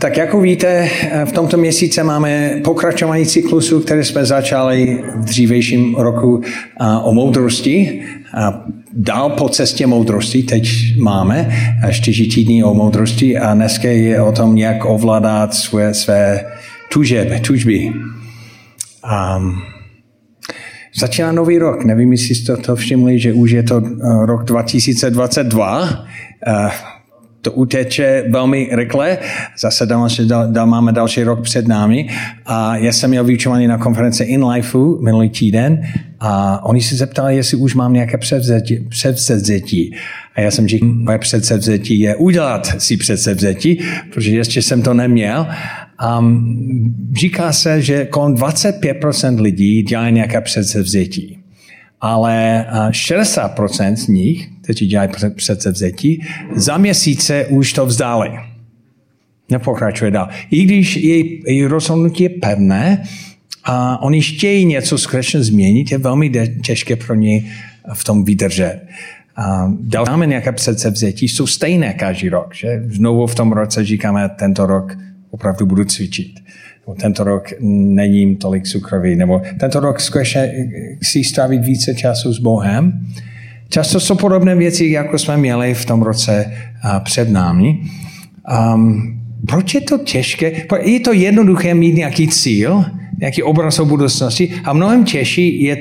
Tak jako víte, v tomto měsíci máme pokračování cyklusu, který jsme začali v dřívějším roku o moudrosti. Dál po cestě moudrosti teď máme 4 týdny o moudrosti a dneska je o tom, jak ovládat své tužby. Začíná nový rok. Nevím, jestli jste to všimli, že už je to rok 2022. To uteče velmi rychle. Zase máme další rok před námi. A já jsem měl vyučování na konferenci InLifeu minulý týden a oni se zeptali, jestli už mám nějaké předsevzetí. A já jsem říkal, moje předsevzetí je udělat si předsevzetí, protože ještě jsem to neměl. Říká se, že kolem 25% lidí dělá nějaké předsevzetí. Ale 60% z nich, kteří dělají předsevzetí, za měsíce už to vzdali. Nepokračuje dál. I když její rozhodnutí je pevné a oni chtějí něco skutečně změnit, je velmi těžké pro ně v tom vydržet. Dáme nějaké předsevzetí, jsou stejné každý rok. Že? Znovu v tom roce říkáme, tento rok opravdu budu cvičit. Tento rok nejím tolik cukroví, nebo tento rok skutečně chci strávit více času s Bohem. Často jsou podobné věci, jako jsme měli v tom roce před námi. Proč je to těžké? Je to jednoduché mít nějaký cíl, nějaký obraz o budoucnosti a mnohem těžší je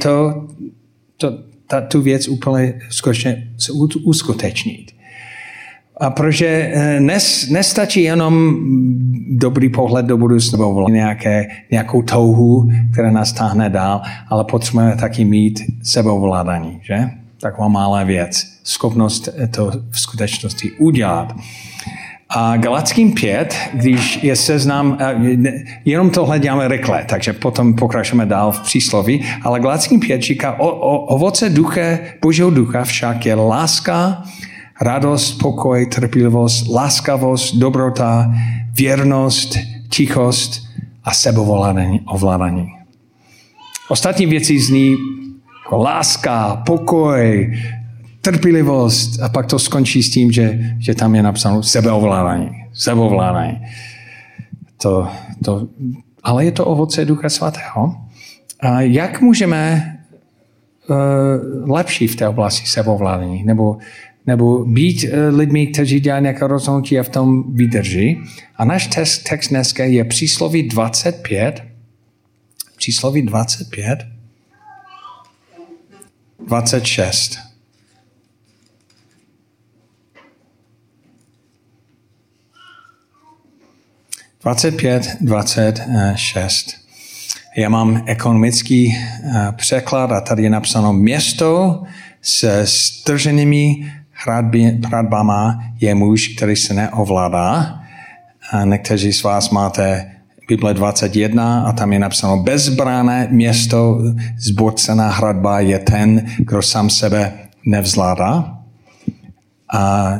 tu věc úplně skutečně uskutečnit. A protože nestačí jenom dobrý pohled do budoucnosti, nějakou touhu, která nás táhne dál, ale potřebujeme taky mít sebeovládání, že? Taková malá věc. Schopnost to v skutečnosti udělat. A Galackým 5, když je seznam, jenom tohle děláme rychle, takže potom pokračujeme dál v přísloví, ale Galackým 5 říká, ovoce ducha, Božího ducha však je láska, radost, pokoj, trpělivost, láskavost, dobrota, věrnost, tichost a sebeovládání. Ostatní věci zní jako láska, pokoj, trpělivost a pak to skončí s tím, že tam je napsáno sebeovládání. Ale je to ovoce Ducha Svatého. A jak můžeme lepší v té oblasti sebeovládání? Nebo být lidmi, kteří dělají nějaké rozhodnutí a v tom vydrží. A náš text dneska je přísloví 25. Přísloví 25. 26. Já mám ekonomický překlad a tady je napsáno město se strženými hradbama je muž, který se neovládá. A někteří z vás máte Bible 21 a tam je napsáno bezbrané město, zborcená hradba je ten, kdo sám sebe nevzládá. A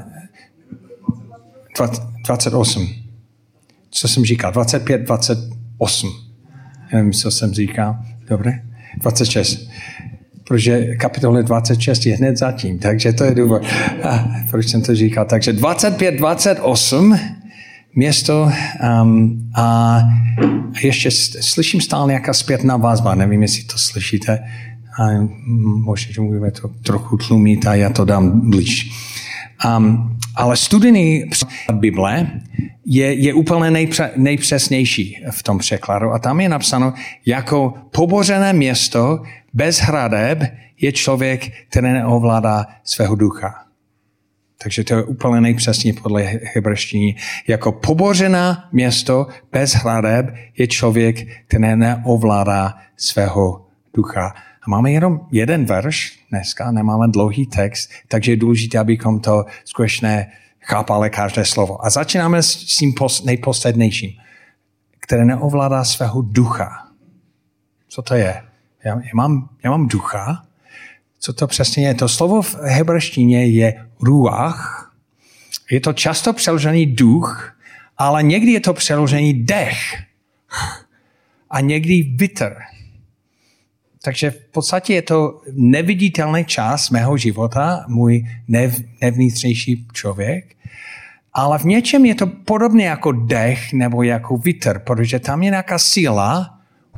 28. Co jsem říkal? 25, 28. Nevím, co jsem říkal. Dobré? 26. Protože kapitola 26 je hned zatím, takže to je důvod. Proč jsem to říkal? Takže 25, 28 město a ještě slyším stále nějaká zpětná vazba. Nevím, jestli to slyšíte. Možná, že můžeme to trochu tlumit a já to dám blíž. Ale studijní Bible je úplně nejpřesnější v tom překladu. A tam je napsáno, jako pobořené město bez hradeb je člověk, který neovládá svého ducha. Takže to je úplně nejpřesnější podle hebrejštiny. Jako pobořené město bez hradeb je člověk, který neovládá svého ducha. A máme jenom jeden verš dneska, nemáme dlouhý text, takže je důležité, abychom to skutečně chápali každé slovo. A začínáme s tím nejposlednějším, které neovládá svého ducha. Co to je? Já mám ducha. Co to přesně je? To slovo v hebrejštině je ruach. Je to často přeložený duch, ale někdy je to přeložený dech. A někdy vítr. Takže v podstatě je to neviditelný část mého života, můj nevnitřnější člověk. Ale v něčem je to podobné jako dech nebo jako vítr, protože tam je nějaká síla,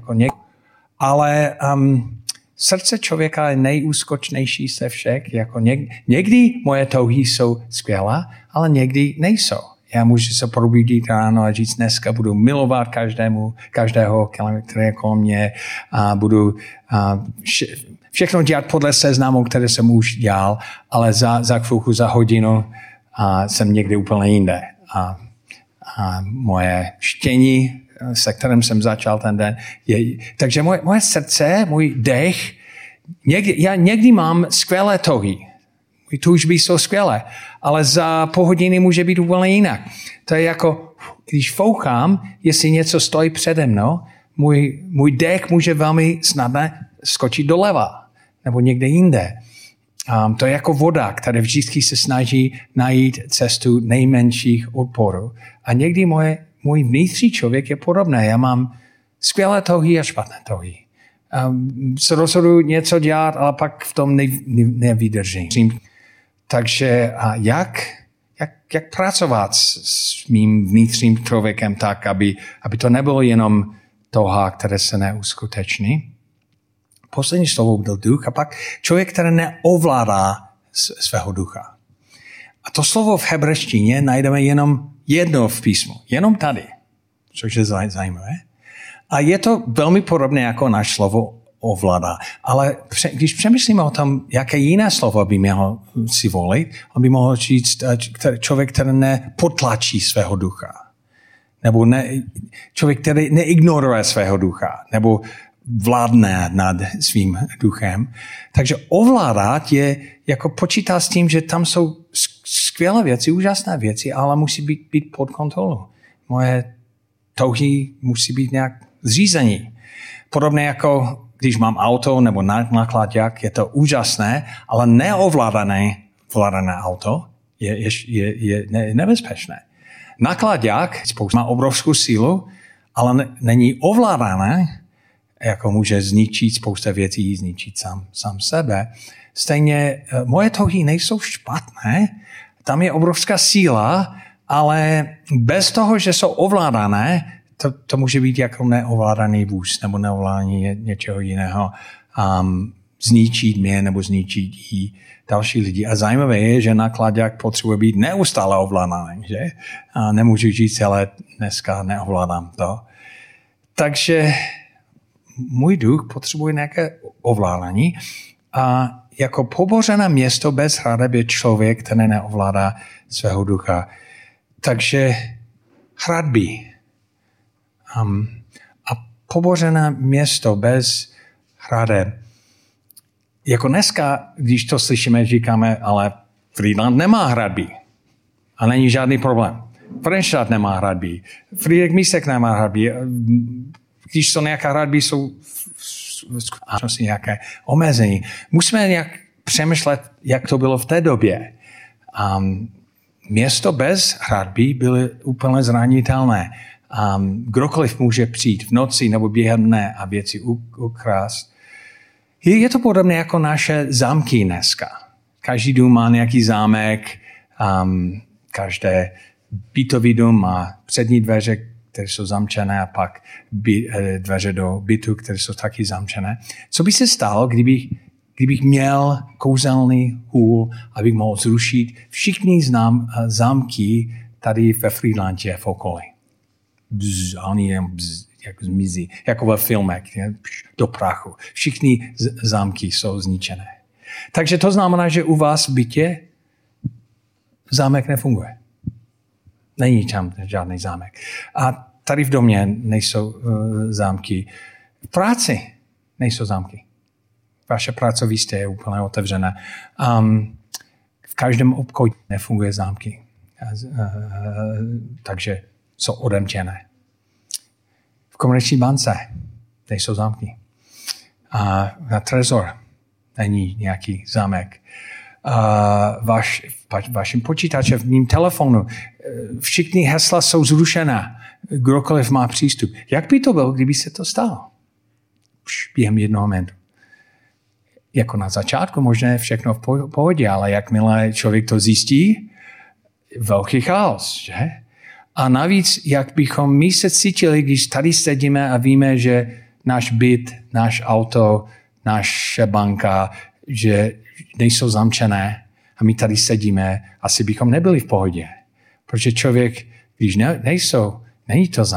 ale srdce člověka je nejúskočnější ze všech. Jako někdy moje touhy jsou skvělé, ale někdy nejsou. Já můžu se probudit ráno a říct, dneska budu milovat každého, který je kolem mě a budu všechno dělat podle seznamu, které jsem už dělal, ale za chvilku, za hodinu jsem někde úplně jinde. A moje štění, se kterým jsem začal ten den, takže moje srdce, můj dech, já někdy mám skvělé touhy. Můj toužby jsou skvělé, ale za půl hodiny může být úplně jinak. To je jako, když fouchám, jestli něco stojí přede mnou, můj dech může velmi snadně skočit doleva nebo někde jinde. To je jako voda, která vždycky se snaží najít cestu nejmenších odporů. A někdy můj vnitřní člověk je podobný. Já mám skvělé touhy a špatné touhy. Se rozhoduji něco dělat, ale pak v tom nevydržím. Takže jak pracovat s mým vnitřním člověkem tak, aby to nebylo jenom touha, které se neuskuteční. Poslední slovo byl duch a pak člověk, který neovládá svého ducha. A to slovo v hebrejštině najdeme jenom jedno v písmu. Jenom tady. Což je zajímavé. A je to velmi podobné jako náš slovo ovládá. Ale když přemýšlíme o tom, jaké jiné slovo by měl si volit, on by mohl říct člověk, který nepotlačí svého ducha. Nebo člověk, který neignoruje svého ducha. Nebo vládne nad svým duchem. Takže ovládat je jako počítá s tím, že tam jsou skvělé věci, úžasné věci, ale musí být pod kontrolou. Moje touhy musí být nějak zřízení. Podobně jako když mám auto nebo nákladák, je to úžasné, ale neovládané auto je nebezpečné. Nákladák má obrovskou sílu, ale není ovládané, jako může zničit spousta věcí, zničit sám sebe. Stejně moje touhy nejsou špatné, tam je obrovská síla, ale bez toho, že jsou ovládané, to může být jako neovládaný vůz nebo neovládání něčeho jiného. Zničit mě nebo zničit i další lidi. A zajímavé je, že nákladák potřebuje být neustále ovládaný, že? A nemůžu říct, ale dneska neovládám to. Takže můj duch potřebuje nějaké ovládání a jako pobořené město bez hradeb je člověk, který neovládá svého ducha. Takže hradby. A pobořené město bez hradeb. Jako dneska, když to slyšíme, říkáme, ale Frýdlant nemá hradby. A není žádný problém. Frenštát nemá hradby. Frýdek Místek nemá hradby. Když jsou nějaké hradby, jsou nějaké omezení. Musíme nějak přemýšlet, jak to bylo v té době. Město bez hradby bylo úplně zranitelné. Kdokoliv může přijít v noci nebo během dne a věci ukrást. Je to podobné jako naše zámky dneska. Každý dům má nějaký zámek, každé bytový dům má přední dveře, které jsou zamčené a pak dveře do bytu, které jsou taky zamčené. Co by se stalo, kdybych měl kouzelný hůl, abych mohl zrušit všichni zámky tady ve Frýdlantě v okolí? A oni jen jako zmizí, jako ve filmech, do prachu. Všichni zámky jsou zničené. Takže to znamená, že u vás v bytě zámek nefunguje. Není tam žádný zámek. A tady v domě nejsou zámky. V práci nejsou zámky. Vaše pracoviště je úplně otevřené. V každém obchodě nefunguje zámky. Takže jsou odemčené. V komerční bance nejsou zámky. Na trezor není nějaký zámek. Vaším počítačem, v mým telefonu, všichni hesla jsou zrušená. Kdokoliv má přístup. Jak by to bylo, kdyby se to stalo? Během jednoho momentu. Jako na začátku možná je všechno v pohodě, ale jakmile člověk to zjistí, velký chaos, že? A navíc, jak bychom my se cítili, když tady sedíme a víme, že náš byt, náš auto, naše banka, že nejsou zamčené a my tady sedíme, asi bychom nebyli v pohodě. Protože člověk, když není to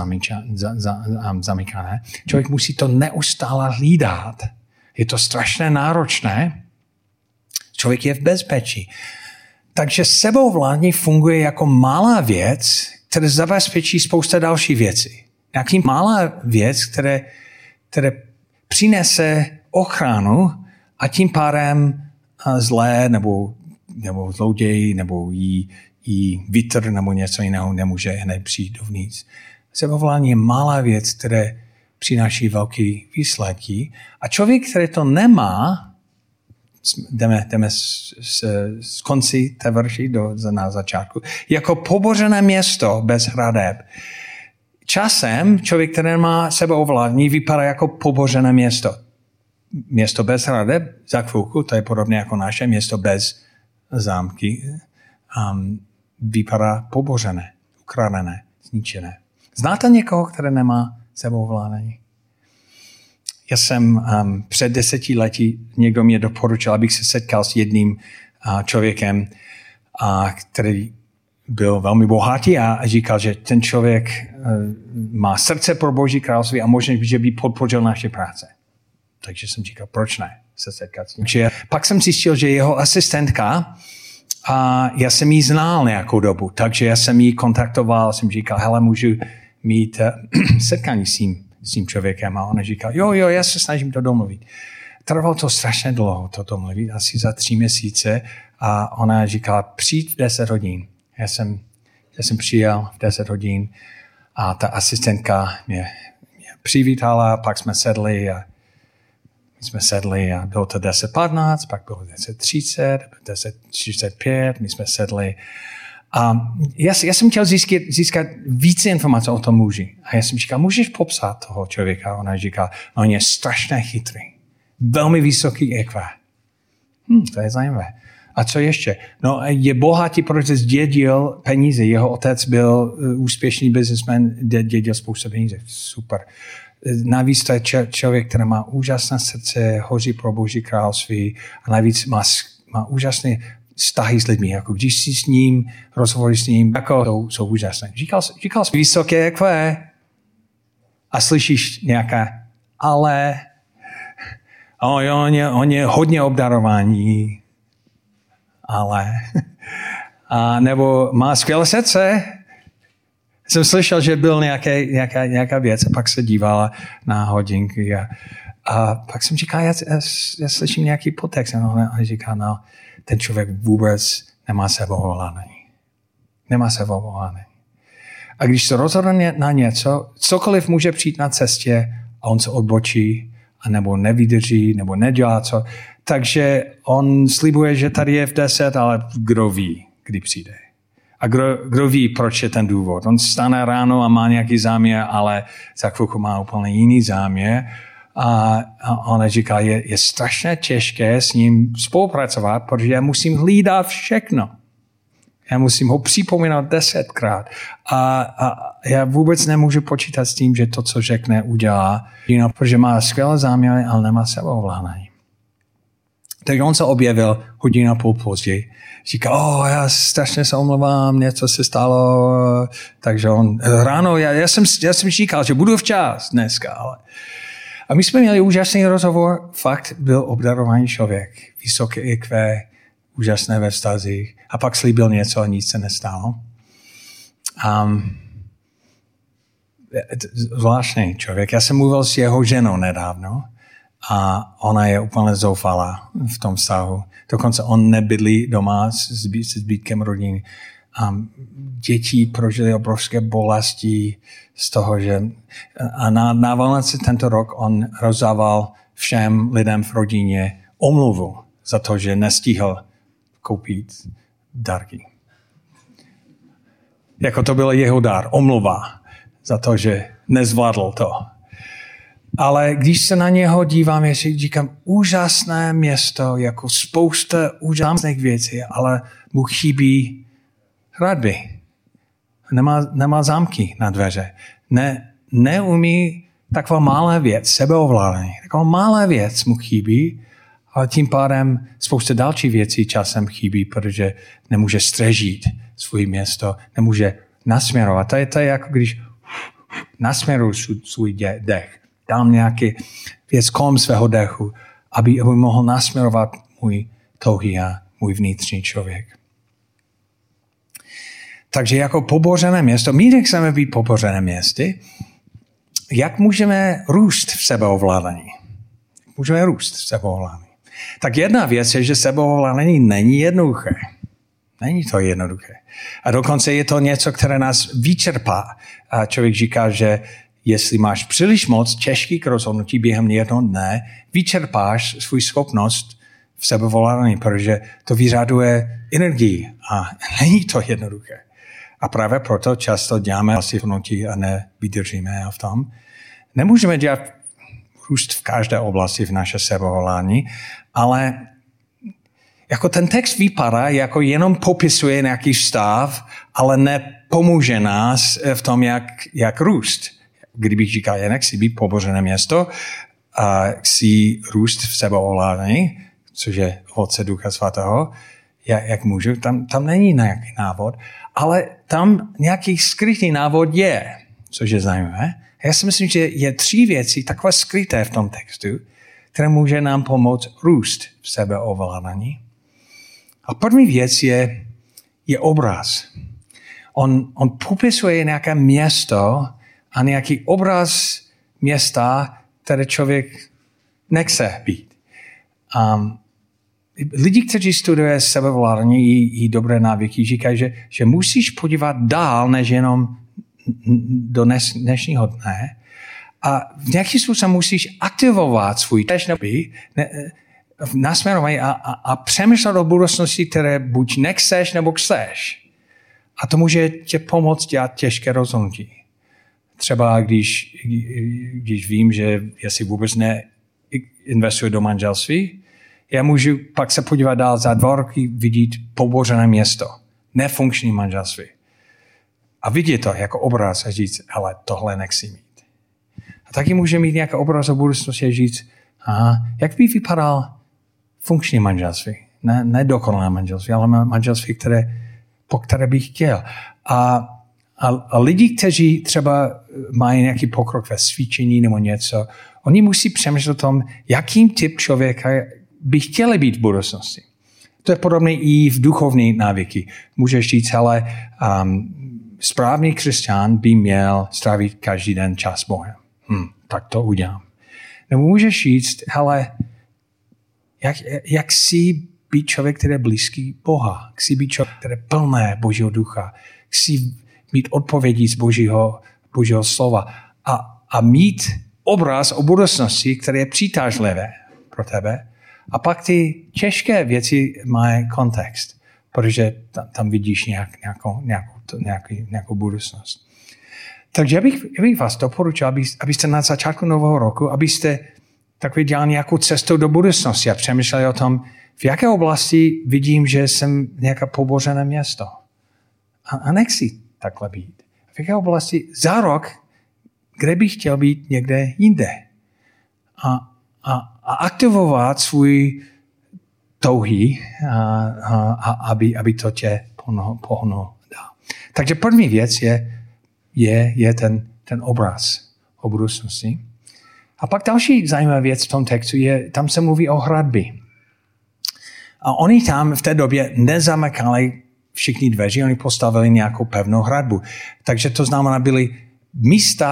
zamykané, člověk musí to neustále hlídat. Je to strašně náročné. Člověk je v bezpečí. Takže sebovládní funguje jako malá věc, která zabezpečí spousta další věcí. Jaký malá věc, která přinese ochranu a tím pádem zlé nebo zloděj nebo jí vítr nebo něco jiného nemůže hned přijít dovnitř. Sebovládní je malá věc, která přináší velký výsledky. A člověk, který to nemá, jdeme z konci té verši na začátku, jako pobořené město bez hradeb. Časem člověk, který má sebeovládní, vypadá jako pobořené město. Město bez hradeb, za chvilku, to je podobně jako naše město bez zámky, vypadá pobořené, ukradené, zničené. Znáte někoho, který nemá sebeovládání? Já jsem před 10 lety, někdo mě doporučil, abych se setkal s jedním člověkem, který byl velmi bohatý a říkal, že ten člověk má srdce pro Boží království a možná, že by podpořil naše práce. Takže jsem říkal, proč ne se setkat s ním. Pak jsem zjistil, že jeho asistentka, a já jsem jí znal nějakou dobu, takže já jsem jí kontaktoval, jsem říkal, hele, můžu mít setkání s tím člověkem. A ona říkala, jo, já se snažím to domluvit. Trvalo to strašně dlouho, to domluvit, asi za 3 měsíce. A ona říkala, přijď v 10 hodin. Já jsem přijel v 10 hodin a ta asistentka mě přivítala, pak jsme sedli a bylo to 10:15, pak bylo 10:30, 10:45, my jsme sedli. A já jsem chtěl získat více informací o tom muži. A já jsem říkal, můžeš popsat toho člověka? Ona říká, on je strašně chytrý. Velmi vysoký IQ. To je zajímavé. A co ještě? No, je bohatý, protože zdědil peníze. Jeho otec byl úspěšný businessman, dědil spoustu peníze. Super. Navíc to je člověk, který má úžasné srdce, hoří pro Boží království a navíc má úžasné vztahy s lidmi. Jako když si s ním, rozhovory s ním, jako jsou úžasné. Říkal jsi vysoké IQ a slyšíš nějaké ale on je hodně obdarování, ale a nebo má skvělé srdce. Jsem slyšel, že byl nějaká věc a pak se dívala na hodinky a pak jsem říkal, já slyším nějaký podtext a on říká, no, ten člověk vůbec nemá sebeovládání. Nemá sebeovládání. A když se rozhodne na něco, cokoliv může přijít na cestě a on se odbočí a nebo nevydrží, nebo nedělá co, takže on slibuje, že tady je v 10, ale kdo ví, kdy přijde. A kdo ví, proč je ten důvod. On stane ráno a má nějaký záměr, ale za chvilku má úplně jiný záměr. A ona říká, je strašně těžké s ním spolupracovat, protože já musím hlídat všechno. Já musím ho připomínat 10krát. A já vůbec nemůžu počítat s tím, že to, co řekne, udělá. Protože má skvělé záměry, ale nemá sebeovládání. Tak on se objevil 1.5 hodiny později. Říká, já strašně se omlouvám, něco se stalo. Takže on ráno, já jsem říkal, že budu včas dneska. Ale... A my jsme měli úžasný rozhovor. Fakt byl obdarovaný člověk. Vysoké IQ, úžasné ve vztazích. A pak slíbil něco a nic se nestalo. Zvláštní člověk. Já jsem mluvil s jeho ženou nedávno. A ona je úplně zoufalá v tom vztahu. Dokonce on nebydlí doma s zbytkem rodiny. Děti prožili obrovské bolesti z toho, že a na Vánoce tento rok on rozdával všem lidem v rodině omluvu za to, že nestihl koupit dárky. Jako to byl jeho dar, omluva za to, že nezvládl to. Ale když se na něho dívám, já si říkám, úžasné město, jako spousta úžasných věcí, ale mu chybí hradby. Nemá zámky na dveře. Neumí taková malá věc, sebeovládání. Taková malá věc mu chybí, ale tím pádem spousta dalších věcí časem chybí, protože nemůže střežit svůj město, nemůže nasměrovat. To je jako když nasměruji svůj dech. Dám nějaký věc kolem svého dechu, aby mohl nasměrovat můj touhy a můj vnitřní člověk. Takže jako pobořené město, my nechceme být pobořené městy, jak můžeme růst v sebeovládání? Můžeme růst v sebeovládání. Tak jedna věc je, že sebeovládání není jednoduché. Není to jednoduché. A dokonce je to něco, které nás vyčerpá. A člověk říká, že jestli máš příliš moc těžkých rozhodnutí během jednoho dne, vyčerpáš svou schopnost v sebeovládání, protože to vyžaduje energii a není to jednoduché. A právě proto často děláme rozhodnutí a nevydržíme v tom. Nemůžeme dělat růst v každé oblasti v naše sebeovládání, ale jako ten text vypadá, jako jenom popisuje nějaký stav, ale nepomůže nás v tom, jak růst. Kdybych říkal, jen chci být pobořené město a chci růst v sebeovládání, což je ovoce Ducha Svatého, jak můžu, tam není nějaký návod, ale tam nějaký skrytý návod je, což je zajímavé. Já si myslím, že je 3 věci takové skryté v tom textu, které může nám pomoct růst v sebeovládání. A první věc je obraz. On popisuje nějaké město a nějaký obraz města, které člověk nechce být. Lidi, kteří studují sebeovládání i dobré návyky, říkají, že musíš podívat dál, než jenom do dnešního dne. A v nějaký způsob musíš aktivovat svůj težnobí, nasměrování a přemýšlet o budoucnosti, které buď nechceš, nebo chceš. A to může tě pomoct dělat těžké rozhodnutí. Třeba když vím, že já si vůbec neinvestuji do manželství, já můžu pak se podívat dál za 2 roky vidět pobořené město, nefunkční manželství. A vidět to jako obraz a říct, ale tohle nechci mít. A taky může mít nějaký obraz o budoucnosti a říct, jak by vypadal funkční manželství. Ne dokonalé manželství, ale manželství, po které bych chtěl. A lidi, kteří třeba mají nějaký pokrok ve cvičení nebo něco, oni musí přemýšlet o tom, jakým typ člověka by chtěli být v budoucnosti. To je podobné i v duchovní návyky. Můžeš říct, ale správný křesťan by měl strávit každý den čas s Bohem. Tak to udělám. Nebo můžeš říct, hele, jak si být člověk, který je blízký Boha. Chci být člověk, který je plné Božího ducha. Chci mít odpovědi z Božího slova. A mít obraz o budoucnosti, který je přitažlivé pro tebe. A pak ty těžké věci mají kontext, protože tam vidíš nějakou budoucnost. Takže já bych vás doporučil, abyste na začátku nového roku, abyste takový dělali nějakou cestu do budoucnosti a přemýšleli o tom, v jaké oblasti vidím, že jsem nějaké pobořené město. A nechci takhle být. V jaké oblasti za rok, kde bych chtěl být někde jinde. A aktivovat svůj touhy, aby to tě pohnulo dál. Takže první věc je ten obraz o budoucnosti. A pak další zajímavá věc v tom textu je, tam se mluví o hradbě. A oni tam v té době nezamykali všichni dveře, oni postavili nějakou pevnou hradbu. Takže to znamená, byly místa,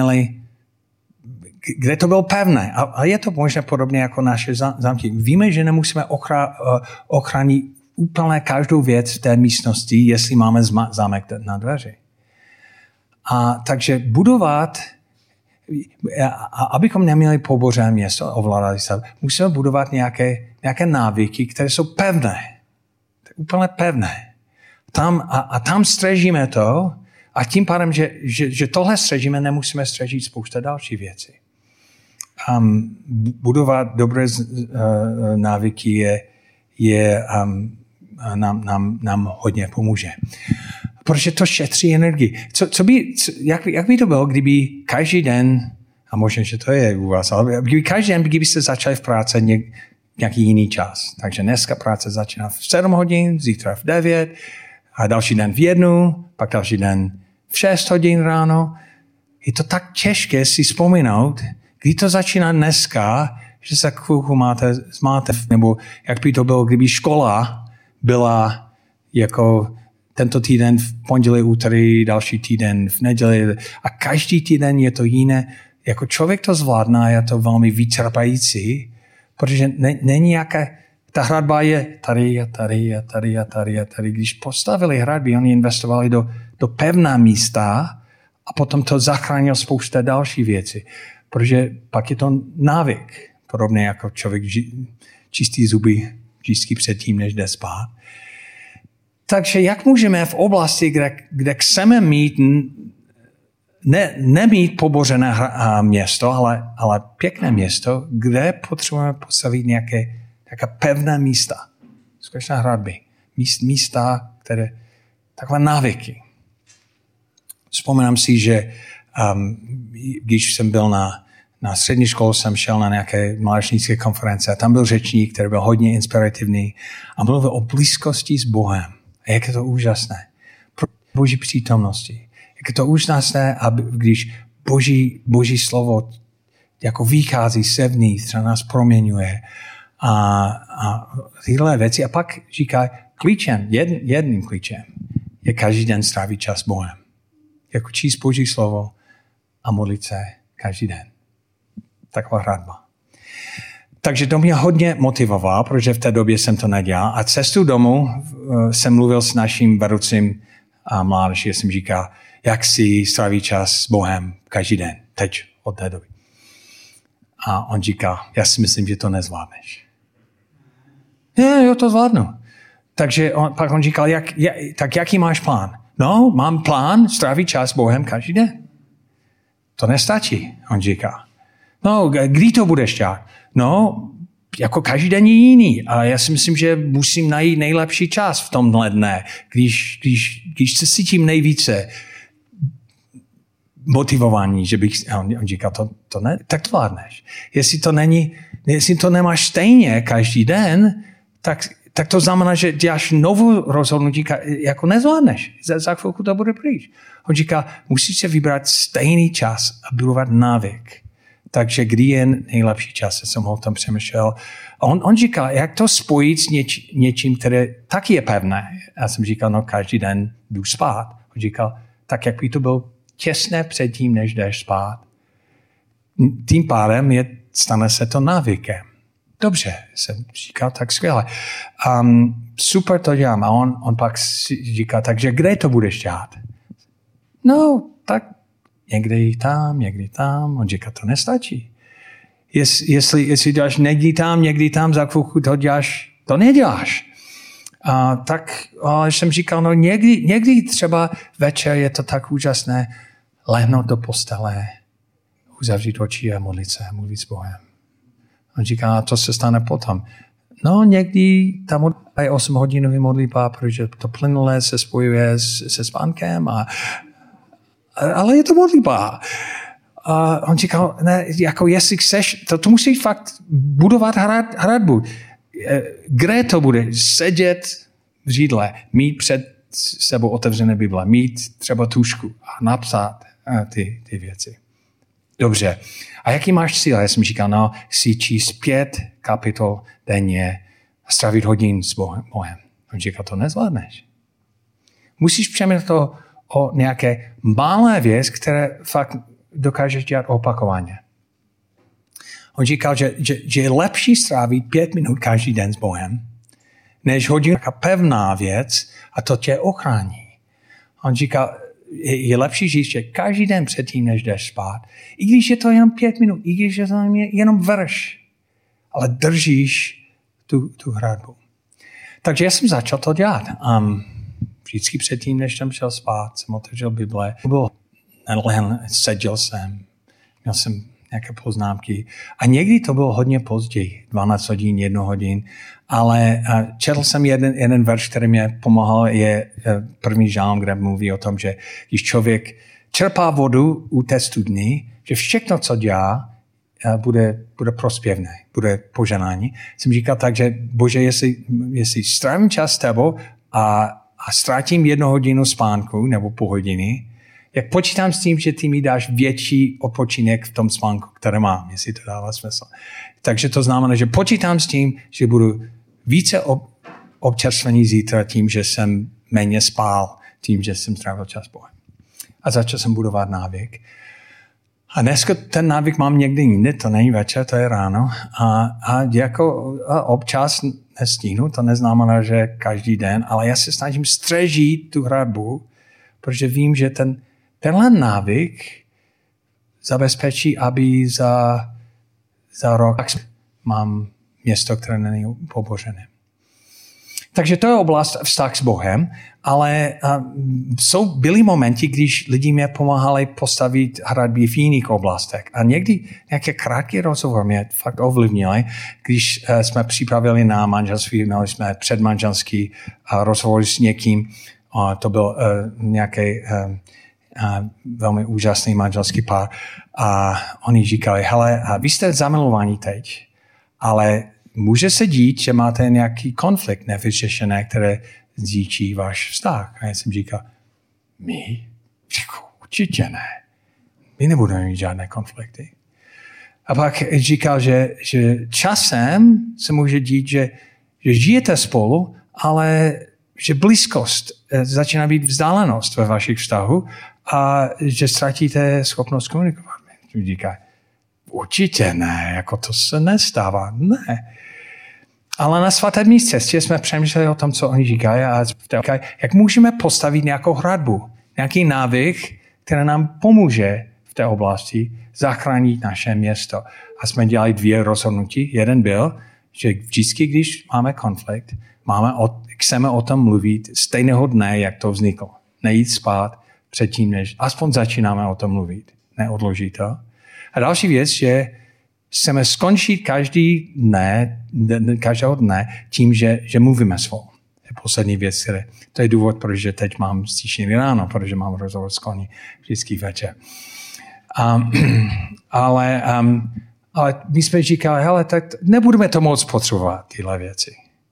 kde to bylo pevné. A je to možná podobně jako naše zámky. Víme, že nemusíme ochránit úplně každou věc v té místnosti, jestli máme zámek na dveři. A takže budovat, abychom neměli pobořené město, ovládali se, musíme budovat nějaké návyky, které jsou pevné. To je úplně pevné. Tam střežíme to a tím pádem, že tohle střežíme, nemusíme střežit spousta dalších věcí. Budovat dobré návyky nám hodně pomůže. protože to šetří energii. Jak by to bylo, kdyby každý den, a možná, že to je u vás, ale kdyby každý den, kdybyste začali v práci nějaký jiný čas. Takže dneska práce začíná v 7 hodin, zítra v 9, a další den v 1, pak další den v 6 hodin ráno. Je to tak těžké si vzpomenout, kdy to začíná dneska, že se chvilku máte, nebo jak by to bylo, kdyby škola byla jako tento týden v pondělí, úterý, další týden v neděli a každý týden je to jiné. Jako člověk to zvládná, je to velmi vyčerpající, protože není jaké, ta hradba je tady a tady a tady a tady a tady. Když postavili hradby, oni investovali do pevná místa a potom to zachránil spousta další věci. Protože pak je to návyk. Podobně jako člověk čistí zuby vždycky předtím, než jde spát. Takže jak můžeme v oblasti, kde chceme mít, nemít pobořené město, ale pěkné město, kde potřebujeme postavit nějaké pevné místa. Skutečné hradby. Místa, které takové návyky. Vzpomínám si, že když jsem byl na střední škole, jsem šel na nějaké mládežnické konference a tam byl řečník, který byl hodně inspirativní a mluvil o blízkosti s Bohem. A jak je to úžasné. Pro Boží přítomnosti. Jak je to úžasné, když Boží slovo jako vychází sevnitř a nás proměňuje a tyhle věci. A pak říká, jedným klíčem je každý den strávit čas s Bohem. Jako číst Boží slovo a modlit se každý den. Taková hradba. Takže to mě hodně motivoval, protože v té době jsem to nedělal. A cestu domů jsem mluvil s naším vedoucím mládeže. Jsem říkal, jak si stráví čas s Bohem každý den. Teď od té doby. A on říkal, já si myslím, že to nezvládneš. Jo, to zvládnu. Takže pak on říkal, tak jaký máš plán? No, mám plán strávit čas s Bohem každý den. To nestačí, on říká. No, kdy to budeš dělat? No, jako každý den je jiný. A já si myslím, že musím najít nejlepší čas v tomhle dne, když se cítím nejvíce motivovaný, že bych... On říká, to ne, tak to vládneš. Jestli to nemáš stejně každý den, tak to znamená, že děláš novou rozhodnutí, jako nezvládneš. Za chvilku to bude pryč. On říká, musíš se vybrat stejný čas a budovat návyk. Takže kdy je nejlepší čas, jsem o tom přemýšlel. A on říká, jak to spojit s něčím, které taky je pevné. Já jsem říkal, no každý den jdu spát. On říkal, tak jak by to bylo těsně předtím, než jdeš spát. Tím pádem stane se to návykem. Dobře, jsem říkal, tak skvěle. Super to dělám. A on pak říká, takže kde to budeš dělat? No, tak někdy tam. On říká, to nestačí. Jestli děláš někdy tam, za chvilku to děláš, to neděláš. Ale jsem říkal, no někdy třeba večer je to tak úžasné, lehnout do postele, uzavřít oči a modlit s Bohem. On říká, to se stane potom. No někdy tam je 8hodinový modlitba, protože to plynule se spojuje se spánkem, ale je to modlitba. A on říkal, ne, jako jestli chceš, to musí fakt budovat hradbu. Kde to bude? Sedět v řídle, mít před sebou otevřené Bible, mít třeba tušku a napsat ty věci. Dobře. A jaký máš cíl? Já jsem říkal, no, si číst 5 kapitol denně a strávit hodin s Bohem. On říkal, to nezvládneš. Musíš přemýšlet o nějaké malé věc, které fakt dokážeš dělat opakovaně. On říkal, že je lepší strávit 5 minut každý den s Bohem, než hodinu taková pevná věc a to tě ochrání. On říkal, je lepší říct, že každý den předtím, než jdeš spát, i když je to jenom 5 minut, i když je to jenom verš, ale držíš tu hradbu. Takže já jsem začal to dělat. Vždycky předtím, než jsem šel spát, jsem otevřel Bible. Seděl jsem, měl jsem nějaké poznámky. A někdy to bylo hodně později, 12 hodin, 1 hodin, ale četl jsem jeden verš, který mě pomohl, je první žálm, kde mluví o tom, že když člověk čerpá vodu u té studny, že všechno, co dělá, bude prospěvné, bude požehnání. Jsem říkal tak, že Bože, jestli strávím čas s tebou a ztratím 1 hodinu spánku nebo půl hodiny, jak počítám s tím, že ty mi dáš větší odpočinek v tom spánku, které mám, jestli to dává smysl. Takže to znamená, že počítám s tím, že budu více občerstvený zítra tím, že jsem méně spál, tím, že jsem strávil čas s Bohem. A začal jsem budovat návyk. A dneska ten návyk mám někdy jinde, to není večer, to je ráno. A občas nestíhnu, to neznamená, že každý den, ale já se snažím střežit tu hradbu, protože vím, že tenhle návyk zabezpečí, aby za rok mám město, které není pobořené. Takže to je oblast vztah s Bohem, ale byly momenty, když lidi mě pomáhali postavit hradby v jiných oblastech. A někdy nějaké krátké rozhovor mě fakt ovlivnily, když jsme připravili na manželství, měli jsme předmanželský rozhovor s někým, to byl nějaký velmi úžasný manželský pár. A oni říkali, hele, vy jste zamilovaní teď, ale může se dít, že máte nějaký konflikt nevyřešený, které zničí váš vztah. A já jsem říkal, my? Určitě ne. My nebudeme mít žádné konflikty. A pak říkal, že časem se může dít, že žijete spolu, ale že blízkost začíná být vzdálenost ve vašich vztahu a že ztratíte schopnost komunikovat. Říká, určitě ne, jako to se nestává, ne. Ale na svatební cestě jsme přemýšleli o tom, co oni říkají a jak můžeme postavit nějakou hradbu, nějaký návyk, který nám pomůže v té oblasti zachránit naše město. A jsme dělali 2 rozhodnutí. Jeden byl, že vždycky, když máme konflikt, chceme o tom mluvit stejného dne, jak to vzniklo. Nejít spát předtím, než aspoň začínáme o tom mluvit. Neodložit to. A další věc, že chceme skončit každého dne tím, že mluvíme spolu. To je poslední věc, to je důvod, protože teď mám stišený ráno, protože mám rozhovor s koní vždycky večer. Ale my jsme říkali, hele, tak nebudeme to moc potřebovat, tyhle věci.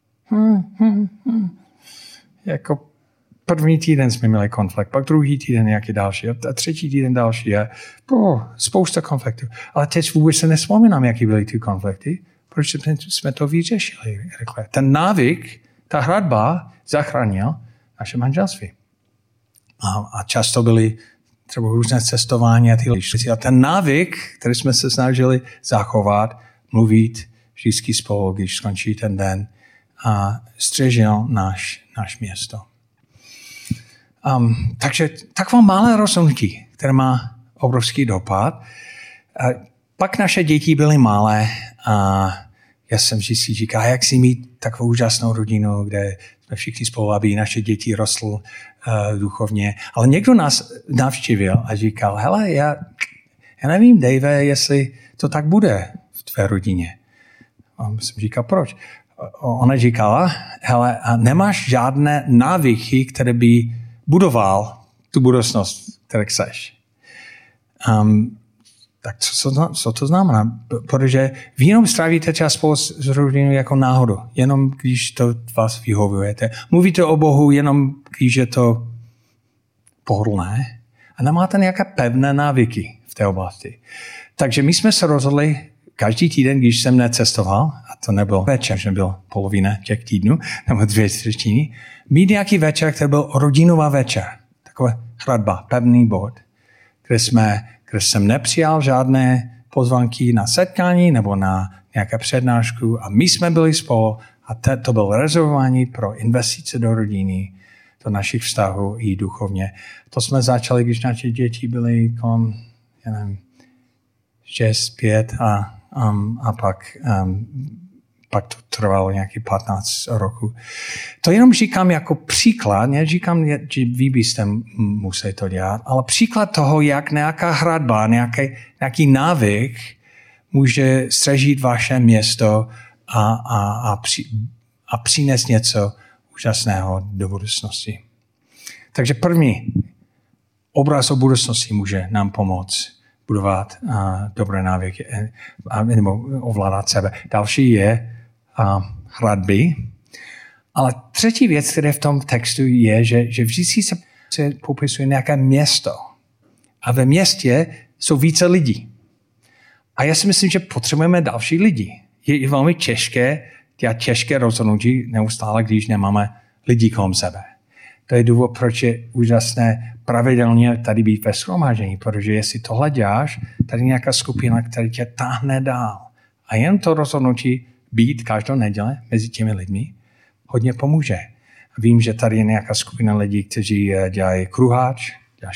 Jako první týden jsme měli konflikt, pak druhý týden nějaký další, a třetí týden další. A spousta konfliktů. Ale teď vůbec se nevzpomínám, jaký byly ty konflikty, protože jsme to vyřešili. Ten návyk, ta hradba zachránil naše manželství. A často byly třeba různé cestování a tyhle věci. A ten návyk, který jsme se snažili zachovat, mluvit vždycky spolu, když skončí ten den, a střežil náš město. Takže takové malé rozhodnutí, které má obrovský dopad. Pak naše děti byly malé a já jsem vždycky říkal, jak si mít takovou úžasnou rodinu, kde jsme všichni spolu, aby naše děti rostly duchovně. Ale někdo nás navštívil a říkal, hele, já nevím, Dave, jestli to tak bude v tvé rodině. A jsem říkal, proč? Ona říkala, hele, a nemáš žádné návyky, které by budoval tu budoucnost, kterou chceš. Tak co to znamená? Protože vy jenom strávíte čas spolu s rodinou jako náhodu, jenom když to vás vyhovujete. Mluvíte o Bohu jenom když je to pohodlné a nemáte nějaké pevné návyky v té oblasti. Takže my jsme se rozhodli každý týden, když jsem necestoval, a to nebyl večer, že byl polovina těch týdnů, nebo 2/3, mít nějaký večer, který byl rodinová večer. Takové hradba, pevný bod, kde jsem nepřijal žádné pozvánky na setkání nebo na nějaké přednášku a my jsme byli spolu a to bylo rezervování pro investice do rodiny, do našich vztahů i duchovně. To jsme začali, když naše děti byly kolem 6, 5 a pak pak to trvalo nějaký 15 roku. To jenom říkám jako příklad, neříkám, že vy byste museli to dělat, ale příklad toho, jak nějaká hradba, nějaký návyk může střežit vaše město a přinést něco úžasného do budoucnosti. Takže první obraz o budoucnosti může nám pomoct budovat dobré návyky nebo ovládat sebe. Další je hradby. Ale třetí věc, která v tom textu je, že vždycky se popisuje nějaké město. A ve městě jsou více lidí. A já si myslím, že potřebujeme další lidi. Je velmi těžké rozhodnutí neustále, když nemáme lidi kolem sebe. To je důvod, proč je úžasné pravidelně tady být ve shromáždění, protože jestli tohle děláš, tady je nějaká skupina, která tě táhne dál. A jen to rozhodnutí být každou neděli mezi těmi lidmi hodně pomůže. Vím, že tady je nějaká skupina lidí, kteří dělají kruháč,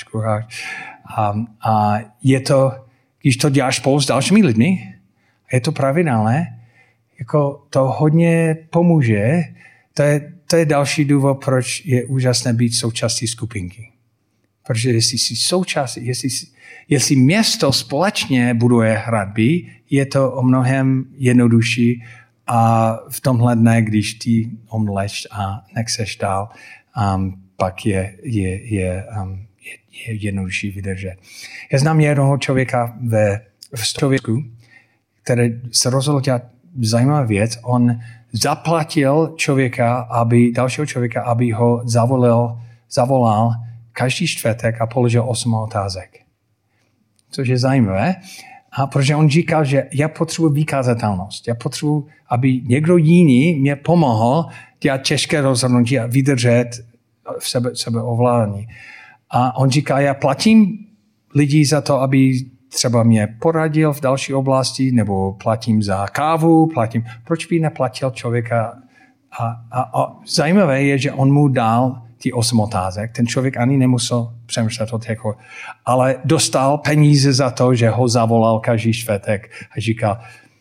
a je to, když to děláš spolu s dalšími lidmi, je to pravidelné, jako to hodně pomůže. To je další důvod, proč je úžasné být součástí skupinky. Protože jestli jsi součástí, jestli město společně buduje hradby, je to o mnohem jednodušší a v tomhle dne, když ty omlečť a nechceš dál, pak je jednodušší vydržet. Já znám jednoho člověka v Stověsku, který se rozhodl dělat zajímavou věc. On zaplatil dalšího člověka, aby ho zavolal každý čtvrtek a položil 8 otázek. Což je zajímavé. A protože on říkal, že já potřebuji vykázatelnost. Já potřebuji, aby někdo jiný mě pomohl dělat těžké rozhodnutí a vydržet v sebeovládání. A on říká, já platím lidi za to, aby třeba mě poradil v další oblasti, nebo platím za kávu, proč by neplatil člověka? A zajímavé je, že on mu dal ty 8 otázek. Ten člověk ani nemusel přemýšlet o těch, ale dostal peníze za to, že ho zavolal každý čtvrtek a říkal,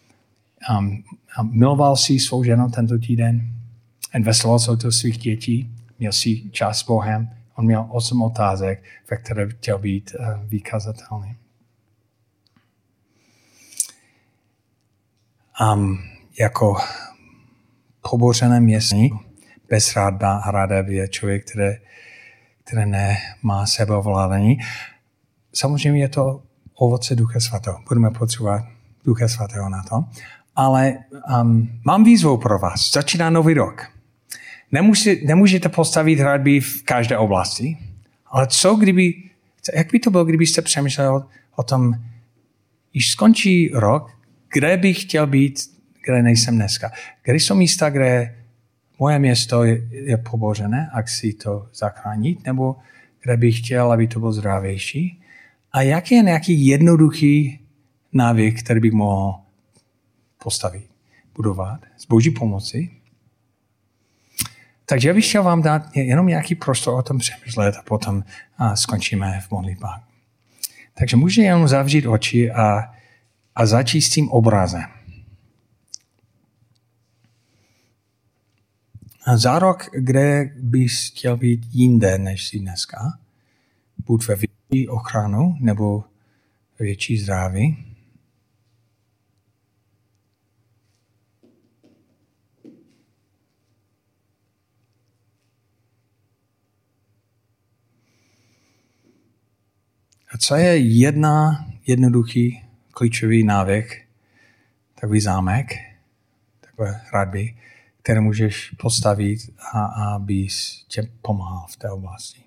miloval si svou ženu tento týden, investoval se do svých dětí, měl si čas s Bohem, on měl 8 otázek, ve které chtěl být vykazatelný. Jako pobořené město bez hradeb je člověk, který nemá sebeovládání. Samozřejmě je to ovoce Ducha Svatého. Budeme potřebovat Ducha Svatého na to. Ale mám výzvu pro vás. Začíná nový rok. Nemůžete postavit hradby v každé oblasti, ale jak by to bylo, kdybyste přemýšleli o tom, když skončí rok, kde bych chtěl být, kde nejsem dneska. Kde jsou místa, kde moje město je pobořené a chci to zachránit, nebo kde bych chtěl, aby to bylo zdravější. A jaký je nějaký jednoduchý návyk, který bych mohl postavit, budovat s Boží pomoci. Takže já bych chtěl vám dát jenom nějaký prostor o tom přemýšlet a potom skončíme v modlitbách. Takže můžete jenom zavřít oči a začít s tím obrazem. A za rok, kde bys chtěl být jinde, než jsi dneska, buď ve větší ochranu nebo ve větší zdraví. A co je jednoduchý klíčový návyk, takový zámek, takové hradby, které můžeš postavit a abys tě pomáhal v té oblasti.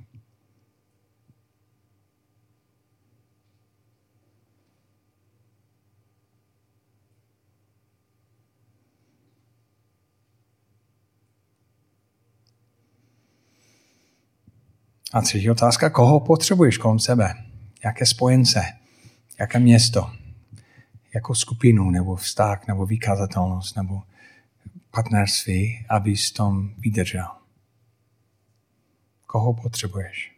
A třetí otázka, koho potřebuješ kolem sebe? Jaké spojence? Jaké město? Jakou skupinu, nebo vztah, nebo vykazatelnost, nebo partnerství, abys tom vydržel? Koho potřebuješ?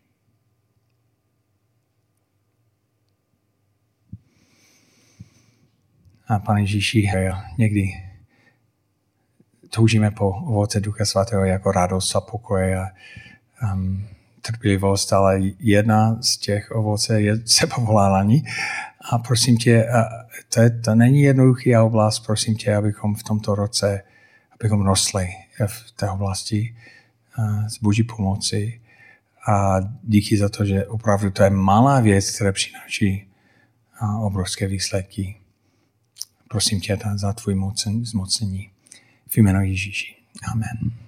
A Pane Ježíši, někdy toužíme po ovoce Ducha Svatého jako radost a pokoj a trpělivost, ale jedna z těch ovoce je sebevolání. A prosím tě, to není jednoduchý oblast, prosím tě, abychom v tomto roce abychom rostli v té oblasti s Boží pomoci. A díky za to, že opravdu to je malá věc, která přináší obrovské výsledky. Prosím tě za tvůj zmocnění. V jménu Ježíši. Amen.